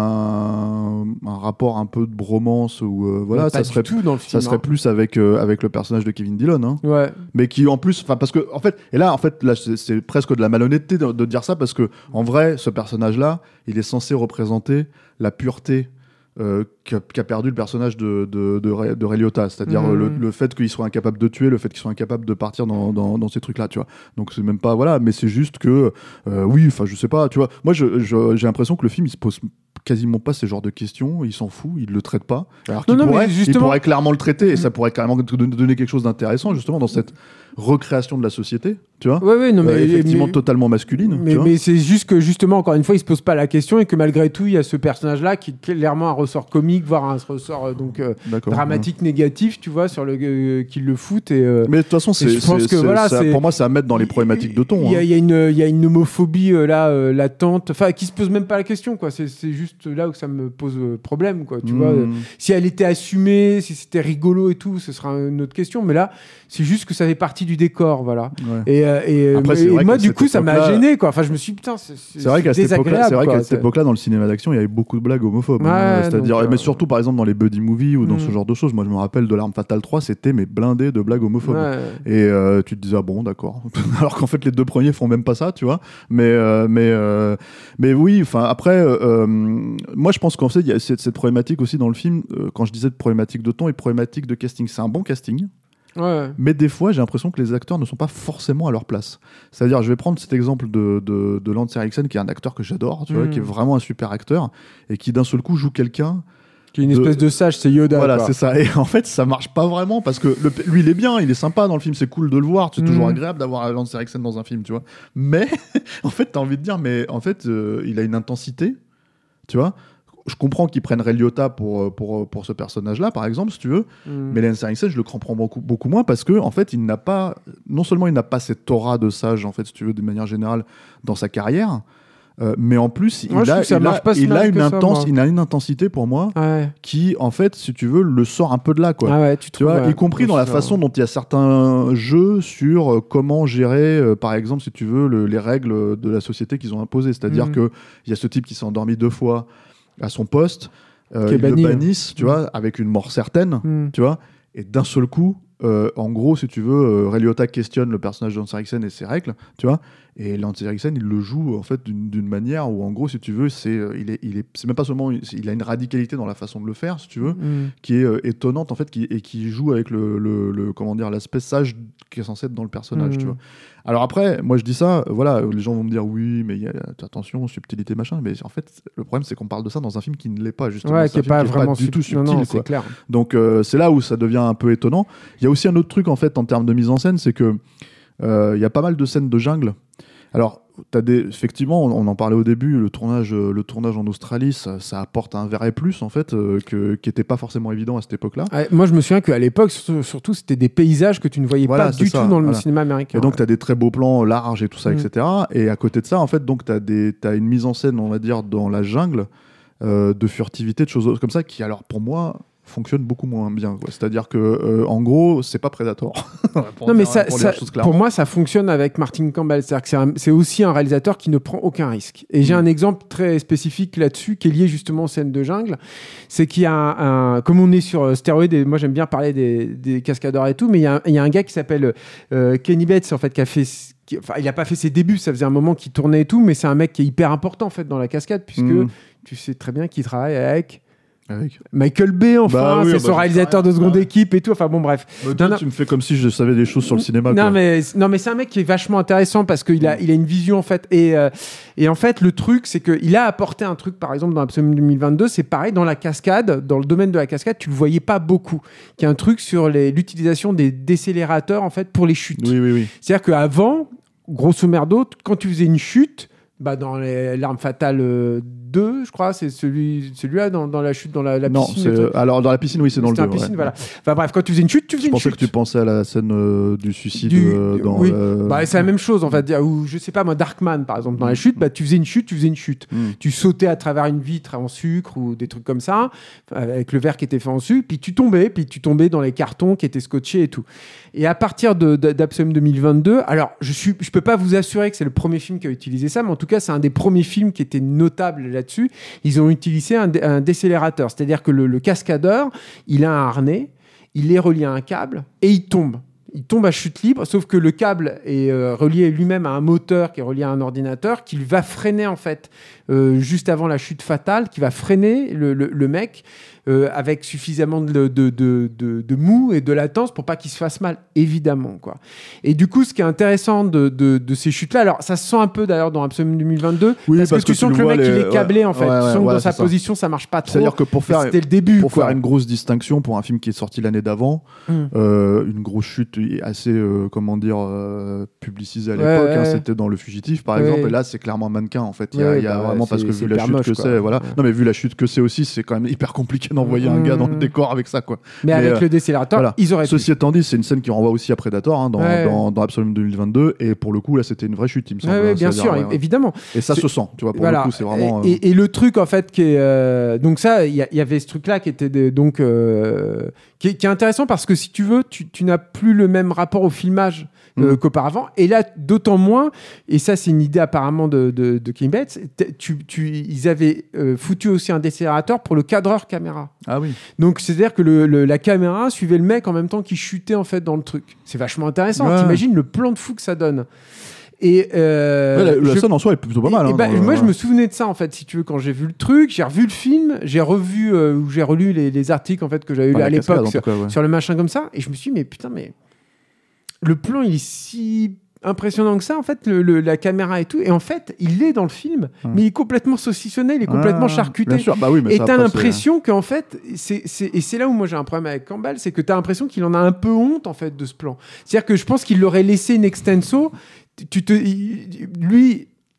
un, un rapport un peu de bromance ou euh, voilà, mais ça serait, tout dans le film, ça serait hein. plus avec euh, avec le personnage de Kevin Dillon, hein. Ouais. Mais qui en plus, enfin parce que en fait, et là en fait là c'est, c'est presque de la malhonnêteté de, de dire ça parce que en vrai, ce personnage-là, il est censé représenter la pureté euh, qu'a, qu'a perdu le personnage de de, de, de Ray Liotta, c'est-à-dire mmh. le, le fait qu'il soit incapable de tuer, le fait qu'il soit incapable de partir dans, dans, dans ces trucs-là, tu vois. Donc c'est même pas voilà, mais c'est juste que euh, oui, enfin je sais pas, tu vois. Moi je, je, j'ai l'impression que le film il se pose quasiment pas ces genres de questions, il s'en fout, il le traite pas. Alors qu'il non, non, pourrait, justement... il pourrait clairement le traiter et ça pourrait carrément donner quelque chose d'intéressant justement dans cette recréation de la société, tu vois. Ouais, ouais, non, mais, euh, effectivement mais, totalement masculine. Mais, tu vois mais c'est juste que justement encore une fois il se pose pas la question et que malgré tout il y a ce personnage-là qui est clairement un ressort comique, voire un ressort euh, donc euh, dramatique ouais. négatif, tu vois, sur le euh, qui le fout et. Euh, mais de toute façon c'est, je pense c'est, que, c'est, voilà, ça, c'est pour moi c'est à mettre dans les problématiques de ton. Il y, hein. y a une il y a une homophobie euh, là euh, latente, enfin qui se pose même pas la question quoi. C'est, c'est juste là où ça me pose problème quoi, tu mmh. vois. Si elle était assumée, si c'était rigolo et tout, ce sera une autre question. Mais là, c'est juste que ça fait partie du décor, voilà. Ouais. Et, euh, et, Après, et moi, du coup, ça m'a gêné quoi. Enfin, je me suis dit, putain, c'est, c'est, c'est vrai qu'à c'est cette époque-là, c'est vrai quoi, qu'à cette époque-là, dans le cinéma d'action, il y avait beaucoup de blagues homophobes. Ouais, hein, c'est-à-dire, donc, mais euh... surtout par exemple dans les buddy movies ou dans mmh. ce genre de choses. Moi, je me rappelle de L'Arme Fatale trois, c'était mais blindé de blagues homophobes. Ouais. Et euh, tu te disais ah bon, d'accord. Alors qu'en fait, les deux premiers font même pas ça, tu vois. Mais euh, mais euh, mais oui. Enfin après, euh, moi, je pense qu'en fait, il y a cette, cette problématique aussi dans le film. Euh, quand je disais de problématique de ton et problématique de casting, c'est un bon casting. Ouais. Mais des fois, j'ai l'impression que les acteurs ne sont pas forcément à leur place. C'est-à-dire, je vais prendre cet exemple de, de, de Lance Henriksen, qui est un acteur que j'adore, tu mmh. vois, qui est vraiment un super acteur, et qui d'un seul coup joue quelqu'un... Qui est une de... espèce de sage, c'est Yoda. Voilà, quoi. c'est ça. Et en fait, ça marche pas vraiment, parce que le, lui, il est bien, il est sympa dans le film, c'est cool de le voir, c'est mmh. toujours agréable d'avoir Lance Henriksen dans un film, tu vois. Mais, en fait, t'as envie de dire, mais en fait, euh, il a une intensité, tu vois, je comprends qu'ils prennent Ray Liotta pour, pour, pour ce personnage-là, par exemple, si tu veux. Mm. Mais Lance Henriksen, je le comprends beaucoup, beaucoup moins parce que, en fait, il n'a pas, non seulement il n'a pas cette aura de sage, en fait, si tu veux, de manière générale, dans sa carrière, euh, mais en plus, il, moi, a, il, a, il, a une intense, ça, il a une intensité pour moi ouais. qui, en fait, si tu veux, le sort un peu de là, quoi. Ah ouais, tu, tu vois, ouais, y compris dans la ça, façon ouais. dont il y a certains jeux sur euh, comment gérer, euh, par exemple, si tu veux, le, les règles de la société qu'ils ont imposées. C'est-à-dire mm. qu'il y a ce type qui s'est endormi deux fois à son poste, euh, ils banni, le bannissent, tu mmh. vois, avec une mort certaine, mmh. tu vois, et d'un seul coup, euh, en gros, si tu veux, euh, Ray Liotta questionne le personnage de Lance Henriksen et ses règles, tu vois, et Lance Henriksen, il le joue en fait d'une, d'une manière où, en gros, si tu veux, c'est, euh, il est, il est, c'est même pas seulement, il a une radicalité dans la façon de le faire, si tu veux, mmh. qui est euh, étonnante en fait, qui, et qui joue avec le, le, le, comment dire, l'aspect sage qui est censé être dans le personnage, mmh. tu vois. Alors après, moi je dis ça, voilà, les gens vont me dire oui, mais y a, attention, subtilité, machin, mais en fait, le problème c'est qu'on parle de ça dans un film qui ne l'est pas, justement. Ouais, c'est qui n'est pas vraiment pas du tout subtil. Non, non, quoi. c'est clair. Donc euh, c'est là où ça devient un peu étonnant. Il y a aussi un autre truc en fait en termes de mise en scène, c'est que il euh, y a pas mal de scènes de jungle. Alors, t'as des, effectivement, on, on en parlait au début, le tournage, le tournage en Australie, ça, ça apporte un vrai plus, en fait, euh, que, qui n'était pas forcément évident à cette époque-là. Ouais, moi, je me souviens qu'à l'époque, surtout, surtout, c'était des paysages que tu ne voyais voilà, pas du ça, tout dans le voilà. cinéma américain. Et donc, ouais. t'as des très beaux plans larges et tout ça, mmh. et cetera. Et à côté de ça, en fait, donc, t'as, des, t'as une mise en scène, on va dire, dans la jungle, euh, de furtivité, de choses comme ça, qui, alors, pour moi... fonctionne beaucoup moins bien, quoi. C'est-à-dire que euh, en gros c'est pas Predator. Non mais ça, pour, ça, pour moi ça fonctionne avec Martin Campbell, c'est-à-dire que c'est, un, c'est aussi un réalisateur qui ne prend aucun risque. Et mmh. j'ai un exemple très spécifique là-dessus qui est lié justement aux scènes de jungle, c'est qu'il y a un, un comme on est sur stéroïdes, et moi j'aime bien parler des, des cascadeurs et tout, mais il y a un, il y a un gars qui s'appelle euh, Kenny Bates en fait qui a fait qui, enfin il a pas fait ses débuts, ça faisait un moment qu'il tournait et tout, mais c'est un mec qui est hyper important en fait dans la cascade puisque mmh. tu sais très bien qu'il travaille avec Avec. Michael Bay, enfin, bah oui, c'est bah son réalisateur de seconde ouais. équipe et tout. Enfin bon, bref. Bah, toi, non, tu me fais comme si je savais des choses sur le cinéma. Non, quoi. mais non, mais c'est un mec qui est vachement intéressant parce qu'il a, il a une vision en fait. Et euh, et en fait, le truc, c'est qu'il a apporté un truc, par exemple, dans Absolument deux mille vingt-deux, c'est pareil dans la cascade, dans le domaine de la cascade, tu le voyais pas beaucoup. Qui est un truc sur les, l'utilisation des décélérateurs en fait pour les chutes. Oui, oui, oui. C'est-à-dire qu'avant, grosso merdo, quand tu faisais une chute. Bah dans les, l'arme fatale deux, je crois, c'est celui, celui-là dans, dans la chute, dans la, la non, piscine. C'est, alors dans la piscine, oui, c'est dans C'était le deux. Dans la piscine, ouais. voilà. Enfin bref, quand tu faisais une chute, tu faisais je une chute. Je pensais que tu pensais à la scène euh, du suicide du, euh, dans oui. le... bah, c'est la même chose, en fait. Ou je sais pas, moi, Darkman, par exemple, dans la chute, bah, tu faisais une chute, tu faisais une chute. Mm. Tu sautais à travers une vitre en sucre ou des trucs comme ça, avec le verre qui était fait en sucre, puis tu tombais, puis tu tombais dans les cartons qui étaient scotchés et tout. Et à partir de, de, d'Absolument deux mille vingt-deux, alors je suis, je peux pas vous assurer que c'est le premier film qui a utilisé ça, mais en tout cas c'est un des premiers films qui était notable là-dessus. Ils ont utilisé un, un décélérateur, c'est-à-dire que le, le cascadeur, il a un harnais, il est relié à un câble et il tombe. Il tombe à chute libre, sauf que le câble est euh, relié lui-même à un moteur qui est relié à un ordinateur qui va freiner en fait euh, juste avant la chute fatale, qui va freiner le, le, le mec euh, avec suffisamment de, de, de, de, de mou et de latence pour pas qu'il se fasse mal, évidemment, quoi. Et du coup, ce qui est intéressant de, de, de ces chutes-là, alors ça se sent un peu d'ailleurs dans Absolument deux mille vingt-deux, oui, parce, parce que, que tu sens que le mec les... il est câblé ouais, en fait, ouais, ouais, tu sens ouais, que dans sa ça. position ça marche pas trop. C'est-à-dire que pour faire, c'était le début, pour quoi. faire une grosse distinction pour un film qui est sorti l'année d'avant, mm. euh, une grosse chute assez, euh, comment dire, euh, publicisée à l'époque, ouais, ouais. Hein, c'était dans Le Fugitif par ouais. exemple, et là c'est clairement un mannequin en fait. Il y a, ouais, il y a bah, vraiment parce que vu la chute moche, que quoi. c'est, voilà. Ouais. Non mais vu la chute que c'est aussi, c'est quand même hyper compliqué d'envoyer mmh. un gars dans le décor avec ça, quoi. Mais, mais avec euh, le décélérateur, voilà. ils auraient. Ceci étant dit, c'est une scène qui renvoie aussi à Predator hein, dans, ouais. dans, dans Absolument deux mille vingt-deux, et pour le coup là, c'était une vraie chute, il me semble. Ouais, ouais, bien sûr, ouais, évidemment. Et ça c'est... se sent, tu vois. Pour voilà. le coup, c'est vraiment. Et, et, et le truc en fait qui est euh, donc ça, il y, y avait ce truc-là qui était des, donc euh, qui, est, qui est intéressant parce que si tu veux, tu, tu n'as plus le même rapport au filmage euh, mmh. qu'auparavant, et là d'autant moins. Et ça, c'est une idée apparemment de de, de Kenny Bates. Tu, tu, ils avaient euh, foutu aussi un décélérateur pour le cadreur caméra. Ah oui. Donc c'est-à-dire que le, le, la caméra suivait le mec en même temps qu'il chutait en fait dans le truc. C'est vachement intéressant. Ouais. T'imagines le plan de fou que ça donne. Et euh, ouais, la, la je, scène en soi est plutôt pas mal. Et, hein, et bah, le... moi, je me souvenais de ça en fait, si tu veux, quand j'ai vu le truc, j'ai revu le film, j'ai revu euh, ou j'ai relu les, les articles en fait que j'avais eu à l'époque sur, cas, ouais. sur le machin comme ça, et je me suis dit mais putain mais le plan il est si impressionnant que ça en fait, le, le, la caméra et tout, et en fait il est dans le film, hum. mais il est complètement saucissonné, il est complètement ah, charcuté. Bien sûr. Bah oui, mais et ça, t'as après, l'impression qu'en fait, c'est, c'est, et c'est là où moi j'ai un problème avec Campbell, c'est que t'as l'impression qu'il en a un peu honte en fait de ce plan. C'est-à-dire que je pense qu'il l'aurait laissé in extenso. Tu te, lui,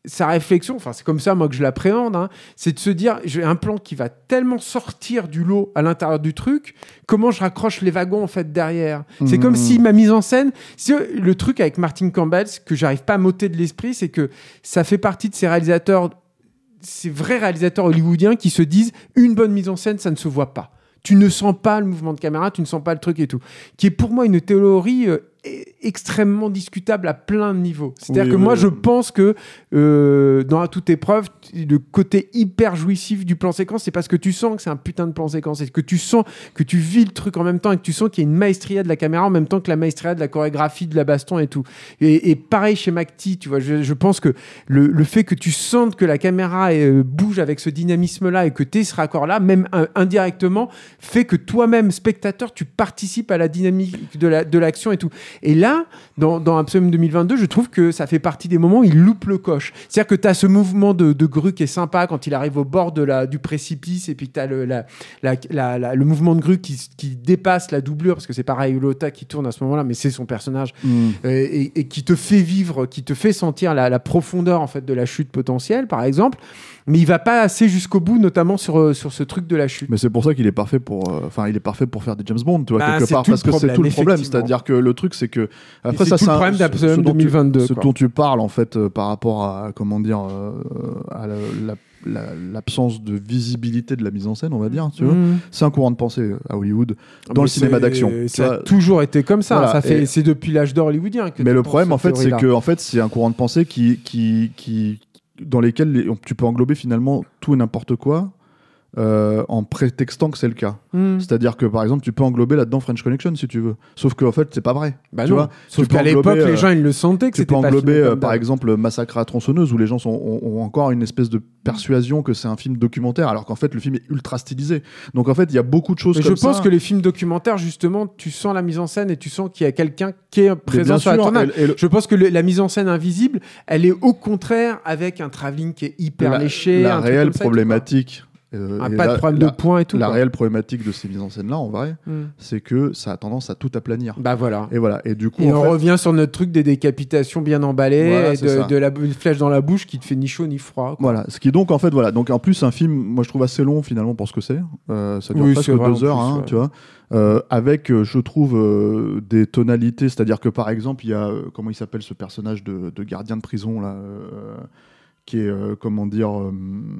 sa réflexion, enfin c'est comme ça moi que je l'appréhende, hein, c'est de se dire j'ai un plan qui va tellement sortir du lot à l'intérieur du truc, comment je raccroche les wagons en fait derrière. Mmh. C'est comme si ma mise en scène, si, le truc avec Martin Campbell que j'arrive pas à m'ôter de l'esprit, c'est que ça fait partie de ces réalisateurs, ces vrais réalisateurs hollywoodiens qui se disent une bonne mise en scène ça ne se voit pas. Tu ne sens pas le mouvement de caméra, tu ne sens pas le truc et tout. Qui est pour moi une théorie euh, extrêmement discutable à plein de niveaux. C'est-à-dire oui, que oui, moi, oui. je pense que euh, dans À toute épreuve, le côté hyper jouissif du plan séquence, c'est parce que tu sens que c'est un putain de plan séquence. C'est que tu sens que tu vis le truc en même temps et que tu sens qu'il y a une maestria de la caméra en même temps que la maestria de la chorégraphie, de la baston et tout. Et, et pareil chez McTee, tu vois, je, je pense que le, le fait que tu sentes que la caméra euh, bouge avec ce dynamisme-là et que tu es ce raccord-là, même euh, indirectement, fait que toi-même, spectateur, tu participes à la dynamique de, la, de l'action et tout. Et là, dans, dans Absolum deux mille vingt-deux, je trouve que ça fait partie des moments où il loupe le coche. C'est-à-dire que tu as ce mouvement de, de grue qui est sympa quand il arrive au bord de la, du précipice et puis tu as le, la, la, la, la, le mouvement de grue qui, qui dépasse la doublure, parce que c'est pareil, Lota qui tourne à ce moment-là, mais c'est son personnage, mmh. et, et qui te fait vivre, qui te fait sentir la, la profondeur en fait, de la chute potentielle, par exemple. Mais il va pas assez jusqu'au bout, notamment sur, sur ce truc de la chute. Mais c'est pour ça qu'il est parfait pour, enfin, euh, il est parfait pour faire des James Bond, tu vois, bah, quelque part, parce que problème, c'est tout le problème. C'est-à-dire que le truc, c'est que après et ça, c'est tout c'est le problème d'Absolum deux mille vingt-deux. Ce dont tu parles en fait euh, par rapport à comment dire euh, à la, la La, l'absence de visibilité de la mise en scène, on va dire, tu vois. Mmh. C'est un courant de pensée à Hollywood dans mais le cinéma d'action. Ça vois. A toujours été comme ça. Voilà, ça fait, c'est depuis l'âge d'or hollywoodien. Que mais le problème, en fait, c'est que en fait, c'est un courant de pensée qui, qui, qui, dans lesquels les, tu peux englober finalement tout et n'importe quoi. Euh, en prétextant que c'est le cas. Mmh. C'est-à-dire que par exemple, tu peux englober là-dedans French Connection si tu veux. Sauf qu'en fait, c'est pas vrai. Bah tu non. vois Sauf qu'à l'époque, euh, les gens ils le sentaient que tu c'était peux pas englober film euh, par exemple Massacre à la tronçonneuse où les gens sont, ont, ont encore une espèce de persuasion que c'est un film documentaire alors qu'en fait le film est ultra stylisé. Donc en fait, il y a beaucoup de choses mais comme ça. Je pense ça. que les films documentaires justement, tu sens la mise en scène et tu sens qu'il y a quelqu'un qui est présent sur la tournage. Et, et le... Je pense que le, la mise en scène invisible, elle est au contraire avec un travelling qui est hyper la, léché. La un réelle truc problématique. Euh, ah, pas de problème de points et tout. La quoi. réelle problématique de ces mises en scène là, en vrai, mm. c'est que ça a tendance à tout aplanir. Bah voilà. Et voilà. Et du coup, et en on fait... revient sur notre truc des décapitations bien emballées, voilà, et de, de la une flèche dans la bouche qui te fait ni chaud ni froid. Quoi. Voilà. Ce qui est donc en fait voilà. Donc en plus un film, moi je trouve assez long finalement pour ce que c'est. Euh, ça dure oui, presque deux heures, hein, ouais. tu vois. Euh, avec, euh, je trouve, euh, des tonalités. C'est-à-dire que par exemple, il y a euh, comment il s'appelle ce personnage de, de gardien de prison là, euh, qui est euh, comment dire. Euh,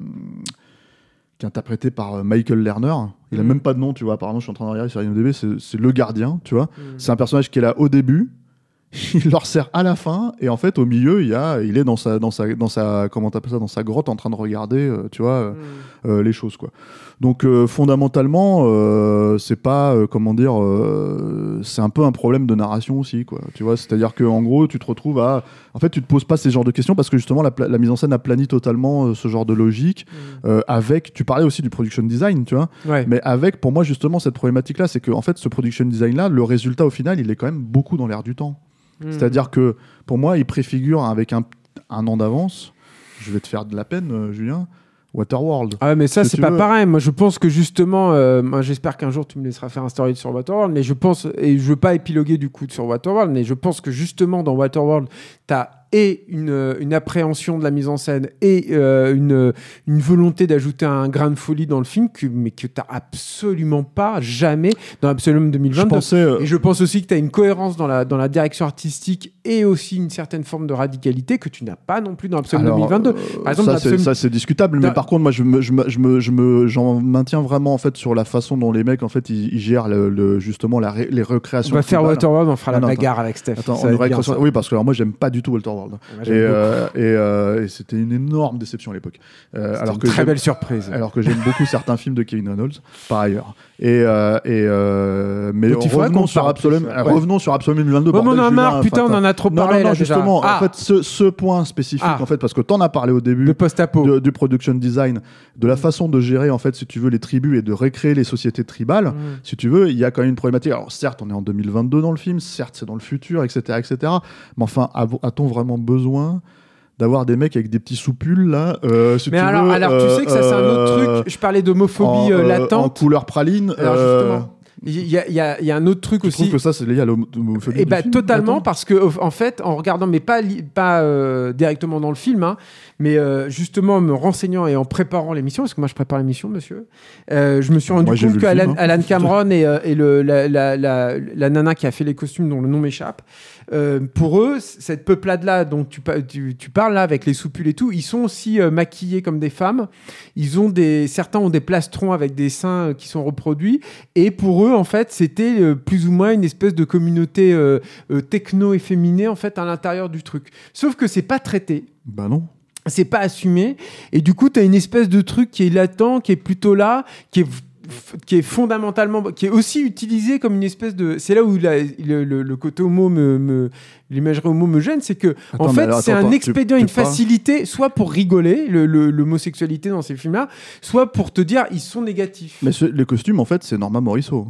qui est interprété par Michael Lerner. Il n'a mmh. même pas de nom, tu vois. Apparemment, je suis en train de regarder sur I M D B, c'est, c'est le gardien, tu vois. Mmh. C'est un personnage qui est là au début, il leur sert à la fin, et en fait, au milieu, il, y a, il est dans sa, dans sa, dans sa, comment t'appelles ça, dans sa grotte en train de regarder, euh, tu vois, mmh. euh, les choses, quoi. Donc, euh, fondamentalement, euh, c'est pas, euh, comment dire, euh, c'est un peu un problème de narration aussi, quoi. Tu vois, c'est-à-dire qu'en gros, tu te retrouves à... En fait, tu te poses pas ces genres de questions parce que justement, la, la mise en scène aplanit totalement euh, ce genre de logique. Mmh. Euh, avec, tu parlais aussi du production design, tu vois. Ouais. Mais avec, pour moi, justement, cette problématique-là, c'est que, en fait, ce production design-là, le résultat, au final, il est quand même beaucoup dans l'air du temps. Mmh. C'est-à-dire que, pour moi, il préfigure avec un, un an d'avance. Je vais te faire de la peine, euh, Julien. Waterworld. Ah mais ça c'est pas veux. pareil. Moi je pense que justement, euh, moi j'espère qu'un jour tu me laisseras faire un story sur Waterworld, mais je pense, et je veux pas épiloguer du coup sur Waterworld, mais je pense que justement dans Waterworld t'as et une, une appréhension de la mise en scène et euh, une, une volonté d'ajouter un grain de folie dans le film que, mais que tu n'as absolument pas jamais dans Absolum deux mille vingt-deux. Je pensais, euh... Et je pense aussi que tu as une cohérence dans la, dans la direction artistique et aussi une certaine forme de radicalité que tu n'as pas non plus dans Absolum deux mille vingt-deux. Par exemple, ça, Absolum... c'est, ça c'est discutable, mais par contre moi je me, je me, je me, je me, j'en maintiens vraiment en fait sur la façon dont les mecs en fait ils, ils gèrent le, le, justement la ré, les recréations. On va faire Waterworld, on fera ah, la non, bagarre attends. avec Steph. Attends, on aurait bien, oui parce que alors, moi j'aime pas du tout Waterworld. Ouais, et, euh, et, euh, et c'était une énorme déception à l'époque. Euh, alors une que très belle surprise. Alors que j'aime beaucoup certains films de Kevin Reynolds, par ailleurs. Et, euh, et euh, mais revenons sur, Absolum, ouais. revenons sur Absolum deux mille vingt-deux. Ouais, on en a marre, putain, on en a trop non, parlé. Non, non, là, justement, déjà. en ah. fait, ce, ce point spécifique, ah. en fait, parce que t'en as parlé au début de post-apo. De, du production design, de la façon de gérer, en fait, si tu veux, les tribus et de recréer les sociétés tribales. Mm. Si tu veux, il y a quand même une problématique. Alors, certes, on est en deux mille vingt-deux dans le film, certes, c'est dans le futur, et cetera, et cetera. Mais enfin, a-t-on vraiment besoin d'avoir des mecs avec des petits soupules là euh, si mais tu alors, veux, alors tu euh, sais que ça c'est un autre truc. Je parlais d'homophobie en, euh, latente en couleur praline. Alors euh, justement, Il y a, il y a, il y a un autre truc Tu aussi. trouves que ça, c'est lié à l'homophobie Eh du ben, film, totalement, attends parce que en fait, en regardant, mais pas, li- pas euh, directement dans le film, hein, mais euh, justement en me renseignant et en préparant l'émission, parce que moi je prépare l'émission, monsieur, euh, je me suis rendu Moi, j'ai compte vu le qu'Alan film, hein. Alan Cameron et, euh, et le, la, la, la, la nana qui a fait les costumes, dont le nom m'échappe, euh, pour eux, c- cette peuplade-là dont tu, pa- tu, tu parles là, avec les soupules et tout, ils sont aussi euh, maquillés comme des femmes. Ils ont des, certains ont des plastrons avec des seins euh, qui sont reproduits. Et pour eux, en fait, c'était euh, plus ou moins une espèce de communauté euh, euh, techno-efféminée, en fait, à l'intérieur du truc. Sauf que c'est pas traité. Bah non. C'est pas assumé. Et du coup, tu as une espèce de truc qui est latent, qui est plutôt là, qui est qui est fondamentalement, qui est aussi utilisé comme une espèce de. C'est là où la- le, le, le côté homo me, me l'imagerie homo me gêne, c'est que Attends, en mais fait alors, c'est attends, un attends, expédient, tu- une tu parles- facilité, soit pour rigoler le, le- l'homosexualité dans ces films-là, soit pour te dire ils sont négatifs. Mais ce- les costumes, en fait, c'est Norma Morisseau,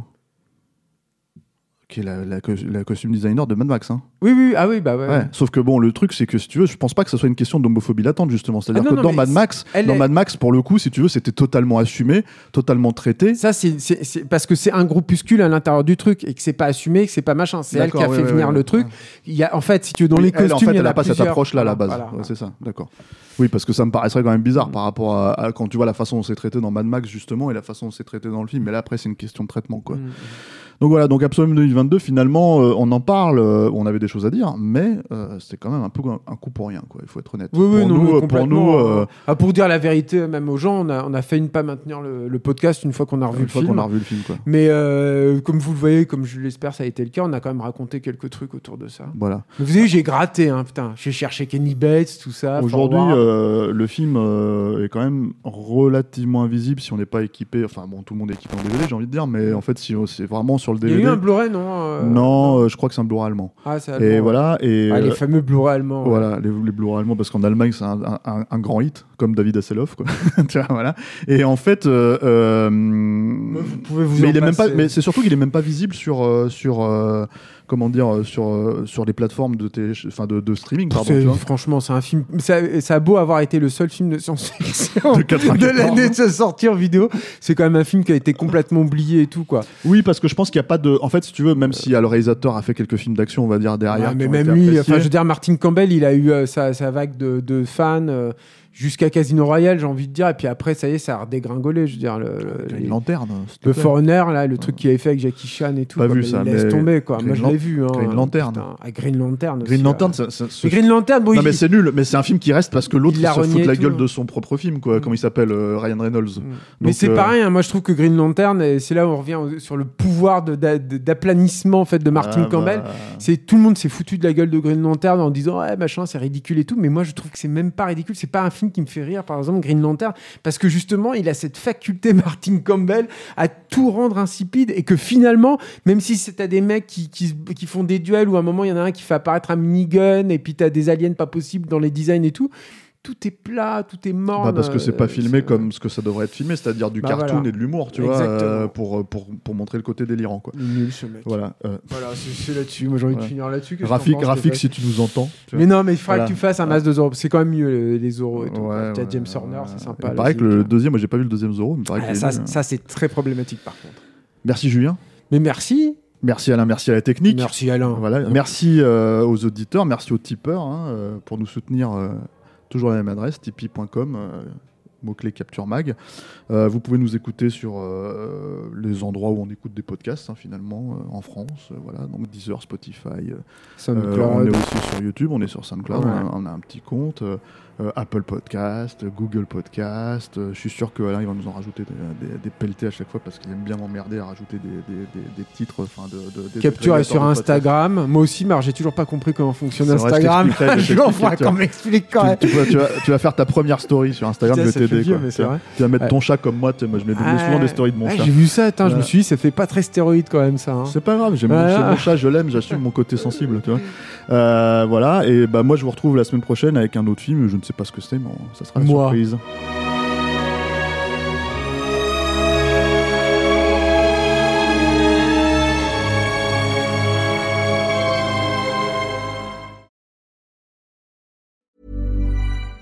qui est la, la, cos- la costume designer de Mad Max. Hein. Oui, oui, ah oui, bah ouais. Ouais. Sauf que bon, le truc, c'est que si tu veux, je pense pas que ça soit une question d'homophobie latente, justement. C'est-à-dire Ah non, que non, dans mais Mad c'est- Max, elle dans est- Mad Max, pour le coup, si tu veux, c'était totalement assumé, totalement traité. Ça, c'est, c'est, c'est parce que c'est un groupuscule à l'intérieur du truc et que c'est pas assumé, que c'est pas machin. C'est elle qui a D'accord, fait ouais, venir ouais, le ouais. truc. Il y a, en fait, si tu veux, dans Oui, les elle, costumes, en fait, il y en elle a a pas cette plusieurs. approche-là à la base. Voilà. Ouais, c'est ça, d'accord. Oui, parce que ça me paraîtrait quand même bizarre par rapport à, à quand tu vois la façon dont c'est traité dans Mad Max, justement, et la façon dont c'est traité dans le film. Mais là, après, c'est une question de traitement, quoi. Mm. Donc voilà, donc Absolument deux mille vingt-deux, finalement, euh, on en parle, euh, on avait des choses à dire, mais euh, c'était quand même un peu un coup pour rien, quoi. Il faut être honnête. Oui, oui, pour non, nous, mais euh, pour complètement, nous, euh, hein. Ah, pour dire la vérité, même aux gens, on a, on a failli ne pas maintenir le, le podcast une fois qu'on a revu une le fois film. qu'on a revu le film, quoi. Mais euh, comme vous le voyez, comme je l'espère, ça a été le cas, on a quand même raconté quelques trucs autour de ça. Voilà. Mais vous avez vu, j'ai gratté, hein, putain. J'ai cherché Kenny Bates, tout ça. Aujourd'hui, Forward. euh, le film euh, est quand même relativement invisible si on n'est pas équipé. Enfin, bon, tout le monde est équipé en D V D, j'ai envie de dire, mais en fait, si c'est vraiment sur le Il D V y D. a eu un Blu-ray, non euh, Non, euh, je crois que c'est un Blu-ray allemand. Ah, c'est Et allemand, ouais. voilà. Et Ah, les euh, fameux Blu-ray allemands. ouais. Voilà, les, les Blu-ray allemands, parce qu'en Allemagne, c'est un, un- un- un grand hit, comme David Hasselhoff, quoi. Tu vois, voilà. Et en fait, euh, euh, Vous pouvez vous mais en il est même pas, passer. mais c'est surtout qu'il est même pas visible sur, euh, sur, euh, comment dire, euh, sur, euh, sur les plateformes de, télé, enfin de, de streaming, pardon. C'est- Tu vois. franchement, c'est un film. Ça, ça a beau avoir été le seul film de science-fiction De de, quatre-vingt-quatorze. l'année de sa sortie en vidéo, c'est quand même un film qui a été complètement oublié et tout, quoi. Oui, parce que je pense qu'il n'y a pas de, en fait, si tu veux, même si euh, le réalisateur a fait quelques films d'action, on va dire derrière. Ah, qui mais ont même été lui, appréciés. enfin, je veux dire, Martin Campbell, il a eu euh, sa, sa vague de, de fans euh, jusqu'à Casino Royale, j'ai envie de dire, et puis après, ça y est, ça a redégringolé. Je veux dire, le, le, Green les- Lantern. s'il te le plaît. Foreigner, là, le truc qu'il avait fait avec Jackie Chan et tout. Pas quoi, vu mais ça, laisse mais tomber, quoi. Green Moi, je Lan- l'ai vu. Hein, Green Lantern. putain. Ah, Green Lantern. Green aussi, Lantern, ouais. ça- ça- ce- Mais Green Lantern, bon, non il- mais c'est nul, mais c'est un film qui reste parce que l'autre Il il l'a se fout renié de la et gueule tout. de son propre film, quoi. Comment il s'appelle, euh, Ryan Reynolds. Mais Donc, c'est euh, pareil, hein, moi je trouve que Green Lantern, et c'est là où on revient au- sur le pouvoir de- d'a- de- d'aplanissement en fait, de Martin ah, Campbell. bah, C'est, tout le monde s'est foutu de la gueule de Green Lantern en disant ouais, machin, c'est ridicule et tout. Mais moi je trouve que c'est même pas ridicule. C'est pas un film qui me fait rire, par exemple, Green Lantern, parce que justement il a cette faculté, Martin Campbell, à tout rendre insipide et que finalement, même si c'est t'as des mecs qui, qui, se- qui font des duels où à un moment il y en a un qui fait apparaître un minigun et puis t'as des aliens pas possibles dans les designs et tout. Tout est plat, tout est mort. bah, parce que c'est pas filmé comme ce que ça devrait être filmé, c'est-à-dire du Bah, cartoon voilà. et de l'humour, tu Exactement. vois, euh, pour, pour, pour montrer le côté délirant, quoi. Il est nul ce mec. Voilà. euh, Voilà, c'est, c'est là-dessus. Moi j'ai envie Voilà. de finir là-dessus. Qu'est-ce que Rafik, t'en penses, Rafik, Stéphane si tu nous entends. tu vois. Mais non, mais il faudra Voilà. que tu fasses un masque de Zorro. C'est quand même mieux les, les Zorro et tout. Ouais, T'as ouais, James ouais, Horner, ouais. c'est sympa. Il paraît là, que le c'est- deuxième, moi j'ai pas vu le deuxième Zorro, mais il paraît Ah, qu'il est ça, nul, hein. ça, c'est très problématique par contre. Merci Julien. Mais merci. Merci Alain, merci à la technique. Merci Alain. Voilà. Merci euh, aux auditeurs, merci aux tipeurs hein, euh, pour nous soutenir. euh, toujours la même adresse, tipeee point com, euh, mot-clé Capture Mag. Euh, vous pouvez nous écouter sur euh, les endroits où on écoute des podcasts, hein, finalement, euh, en France. euh, voilà, donc Deezer, Spotify. euh, SoundCloud. euh, on est aussi sur YouTube, on est sur SoundCloud, Ouais. on, a, on a un petit compte. euh, euh, Apple Podcast, Google Podcast. euh, je suis sûr qu'Alain il va nous en rajouter des, des, des pelletés à chaque fois parce qu'il aime bien m'emmerder à rajouter des, des, des, des titres. Enfin, de, de, des Capture est agrégateurs sur de podcasts. Instagram. Moi aussi, mais alors, j'ai toujours pas compris comment fonctionne C'est vrai, je Instagram. t'expliquerai, je Je vais en t'expliquerai, faire tu qu'on vois. m'explique quand même. Tu, tu vas, tu, vas, tu vas faire ta première story sur Instagram, Putain, je ça vais fait t'aider. vieux, quoi. mais Tu c'est vas- vrai. tu vas mettre Ouais. ton chat comme moi, tu sais, moi je mets Ah, souvent des stories de mon ouais, chat. J'ai vu ça, attends, je me Ouais. suis dit, ça fait pas très stéroïde quand même ça. hein. C'est pas grave, j'aime Voilà. mon, mon chat, je l'aime, j'assume mon côté sensible. Tu vois. Euh, voilà, et bah, moi je vous retrouve la semaine prochaine avec un autre film, je ne sais pas ce que c'est, mais ça sera une Moi. surprise.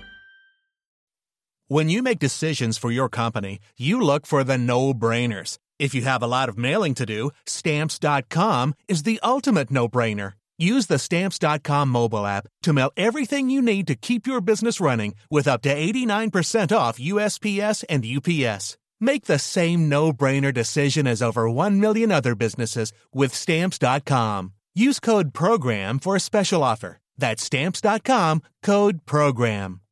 When you make decisions for your company, you look for the no-brainers. If you have a lot of mailing to do, Stamps dot com is the ultimate no-brainer. Use the Stamps dot com mobile app to mail everything you need to keep your business running with up to eighty-nine percent off U S P S and U P S. Make the same no-brainer decision as over one million other businesses with Stamps dot com. Use code PROGRAM for a special offer. That's Stamps dot com, code PROGRAM.